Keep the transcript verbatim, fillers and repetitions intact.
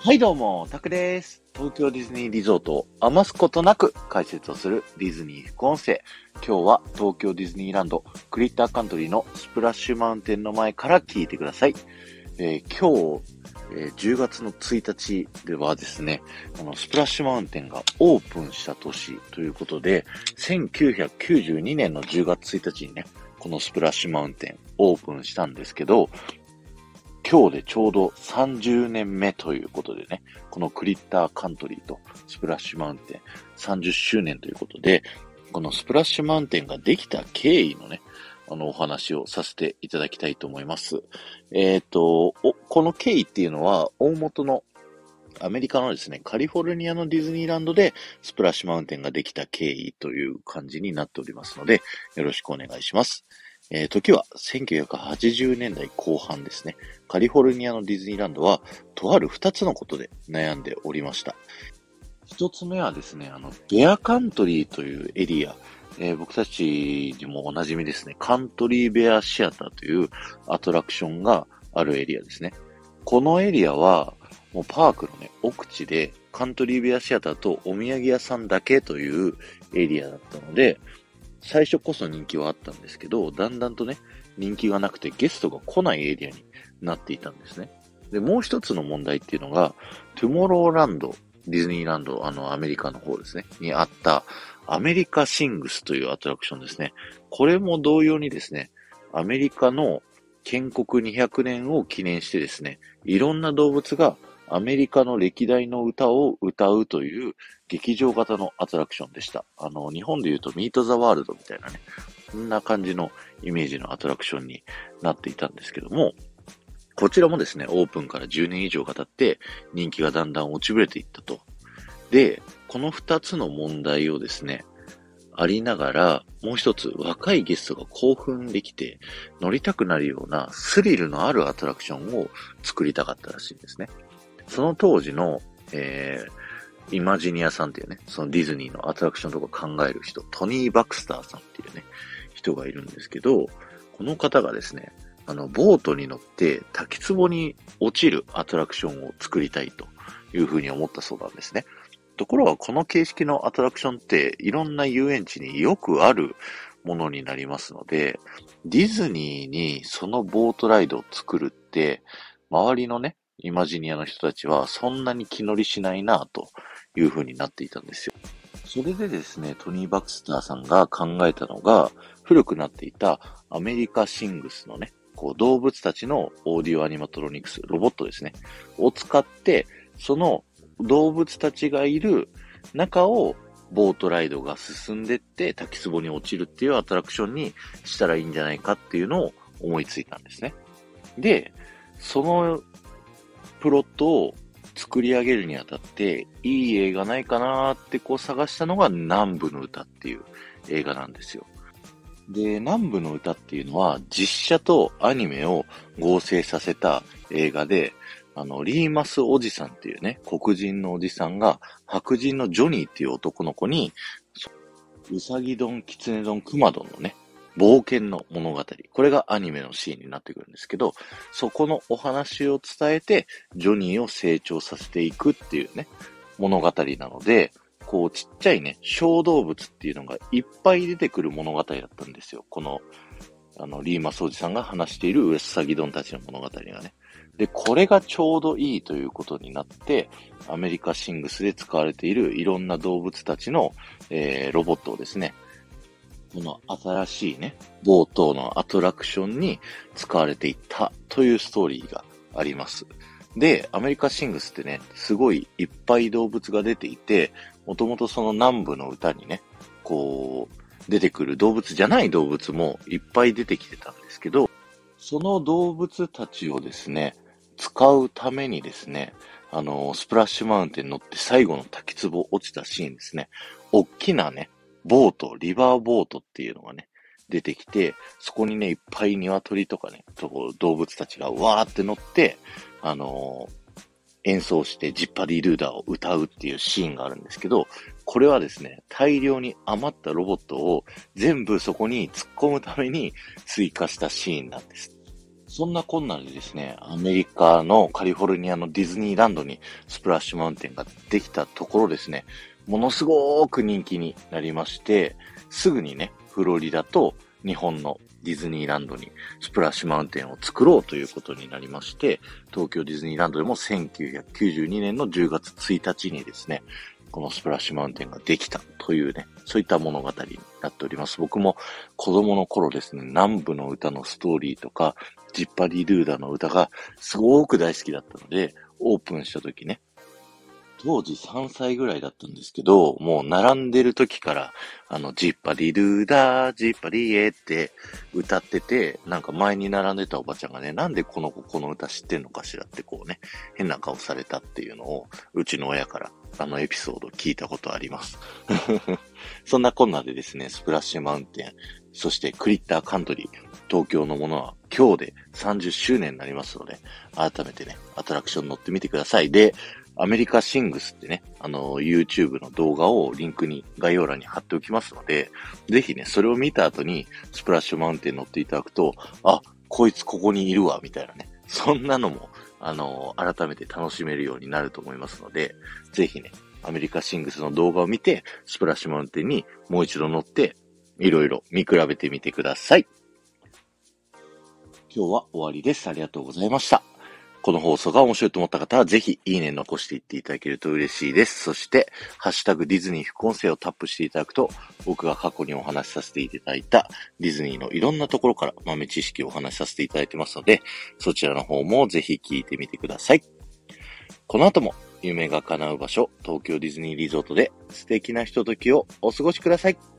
はいどうも、タクです。東京ディズニーリゾートを余すことなく解説をするディズニー副音声。今日は東京ディズニーランドクリッターカントリーのスプラッシュマウンテンの前から聞いてください。えー、今日、えー、じゅうがつのついたちではですね、あのスプラッシュマウンテンがオープンした年ということで、せんきゅうひゃくきゅうじゅうにねんのじゅうがつついたちにね、このスプラッシュマウンテンオープンしたんですけど、今日でちょうどさんじゅうねんめということでね、このクリッターカントリーとスプラッシュマウンテンさんじゅっしゅうねんということで、このスプラッシュマウンテンができた経緯のね、あのお話をさせていただきたいと思います。えっと、この経緯っていうのは大元のアメリカのですね、カリフォルニアのディズニーランドでスプラッシュマウンテンができた経緯という感じになっておりますので、よろしくお願いします。えー、時はせんきゅうひゃくはちじゅうねんだいこう半ですね。カリフォルニアのディズニーランドは、とある二つのことで悩んでおりました。一つ目はですね、あの、ベアカントリーというエリア、えー、僕たちにもおなじみですね、カントリーベアシアターというアトラクションがあるエリアですね。このエリアは、もうパークのね、奥地でカントリーベアシアターとお土産屋さんだけというエリアだったので、最初こそ人気はあったんですけど、だんだんとね、人気がなくてゲストが来ないエリアになっていたんですね。で、もう一つの問題っていうのが、トゥモローランド、ディズニーランド、あの、アメリカの方ですね、にあったアメリカシングスというアトラクションですね。これも同様にですね、アメリカの建国にひゃくねんを記念してですね、いろんな動物がアメリカの歴代の歌を歌うという劇場型のアトラクションでした。あの、日本で言うとミートザワールドみたいなね、こんな感じのイメージのアトラクションになっていたんですけども、こちらもですね、オープンからじゅうねん以上が経って人気がだんだん落ちぶれていったと。で、この二つの問題をですね、ありながら、もう一つ若いゲストが興奮できて乗りたくなるようなスリルのあるアトラクションを作りたかったらしいんですね。その当時の、えー、イマジニアさんっていうね、そのディズニーのアトラクションとか考える人、トニー・バクスターさんっていうね、人がいるんですけど、この方がですね、あの、ボートに乗って滝壺に落ちるアトラクションを作りたいというふうに思ったそうなんですね。ところがこの形式のアトラクションっていろんな遊園地によくあるものになりますので、ディズニーにそのボートライドを作るって、周りのね、イマジニアの人たちはそんなに気乗りしないなという風になっていたんですよ。それでですね、トニー・バクスターさんが考えたのが、古くなっていたアメリカシングスのね、こう動物たちのオーディオアニマトロニクス、ロボットですね、を使って、その動物たちがいる中をボートライドが進んでって滝壺に落ちるっていうアトラクションにしたらいいんじゃないかっていうのを思いついたんですね。で、そのプロットを作り上げるにあたって、いい映画ないかなーってこう探したのが南部の歌っていう映画なんですよ。で、南部の歌っていうのは実写とアニメを合成させた映画で、あの、リーマスおじさんっていうね、黒人のおじさんが白人のジョニーっていう男の子に、うさぎ丼、きつね丼、くま丼のね、冒険の物語。これがアニメのシーンになってくるんですけど、そこのお話を伝えて、ジョニーを成長させていくっていうね、物語なので、こうちっちゃいね、小動物っていうのがいっぱい出てくる物語だったんですよ。この、あの、リーマスおじさんが話しているウサギ丼たちの物語がね。で、これがちょうどいいということになって、アメリカシングスで使われているいろんな動物たちの、えー、ロボットをですね、この新しいね、冒頭のアトラクションに使われていったというストーリーがあります。で、アメリカシングスってね、すごいいっぱい動物が出ていて、もともとその南部の歌にね、こう、出てくる動物じゃない動物もいっぱい出てきてたんですけど、その動物たちをですね、使うためにですね、あの、スプラッシュマウンテン乗って最後の滝壺落ちたシーンですね、大きなね、ボート、リバーボートっていうのがね、出てきて、そこにね、いっぱい鶏とかね、動物たちがわーって乗って、あのー演奏してジッパディルーダーを歌うっていうシーンがあるんですけど、これはですね、大量に余ったロボットを全部そこに突っ込むために追加したシーンなんです。 そんなこんなでですね、アメリカのカリフォルニアのディズニーランドにスプラッシュマウンテンができたところですね、ものすごく人気になりまして、すぐにね、フロリダと日本のディズニーランドにスプラッシュマウンテンを作ろうということになりまして、東京ディズニーランドでもせんきゅうひゃくきゅうじゅうにねんのじゅうがつついたちにですね、このスプラッシュマウンテンができたというね、そういった物語になっております。僕も子供の頃ですね、南部の歌のストーリーとか、ジッパリドゥーダの歌がすごく大好きだったので、オープンした時ね、当時さんさいぐらいだったんですけど、もう並んでる時から、あの、ジッパリドゥーダー、ジッパリエって歌ってて、なんか前に並んでたおばちゃんがね、なんでこの子この歌知ってんのかしらってこうね、変な顔されたっていうのを、うちの親からあのエピソード聞いたことあります。そんなこんなでですね、スプラッシュマウンテン、そしてクリッターカントリー、東京のものは今日でさんじゅっしゅうねんになりますので、改めてね、アトラクション乗ってみてください。で、アメリカシングスってね、あの、YouTube の動画をリンクに概要欄に貼っておきますので、ぜひね、それを見た後にスプラッシュマウンテン乗っていただくと、あ、こいつここにいるわ、みたいなね。そんなのも、あの、改めて楽しめるようになると思いますので、ぜひね、アメリカシングスの動画を見て、スプラッシュマウンテンにもう一度乗って、いろいろ見比べてみてください。今日は終わりです。ありがとうございました。この放送が面白いと思った方は、ぜひ、いいね残していっていただけると嬉しいです。そして、ハッシュタグディズニー副音声をタップしていただくと、僕が過去にお話しさせていただいたディズニーのいろんなところから豆知識をお話しさせていただいてますので、そちらの方もぜひ聞いてみてください。この後も、夢が叶う場所、東京ディズニーリゾートで素敵なひとときをお過ごしください。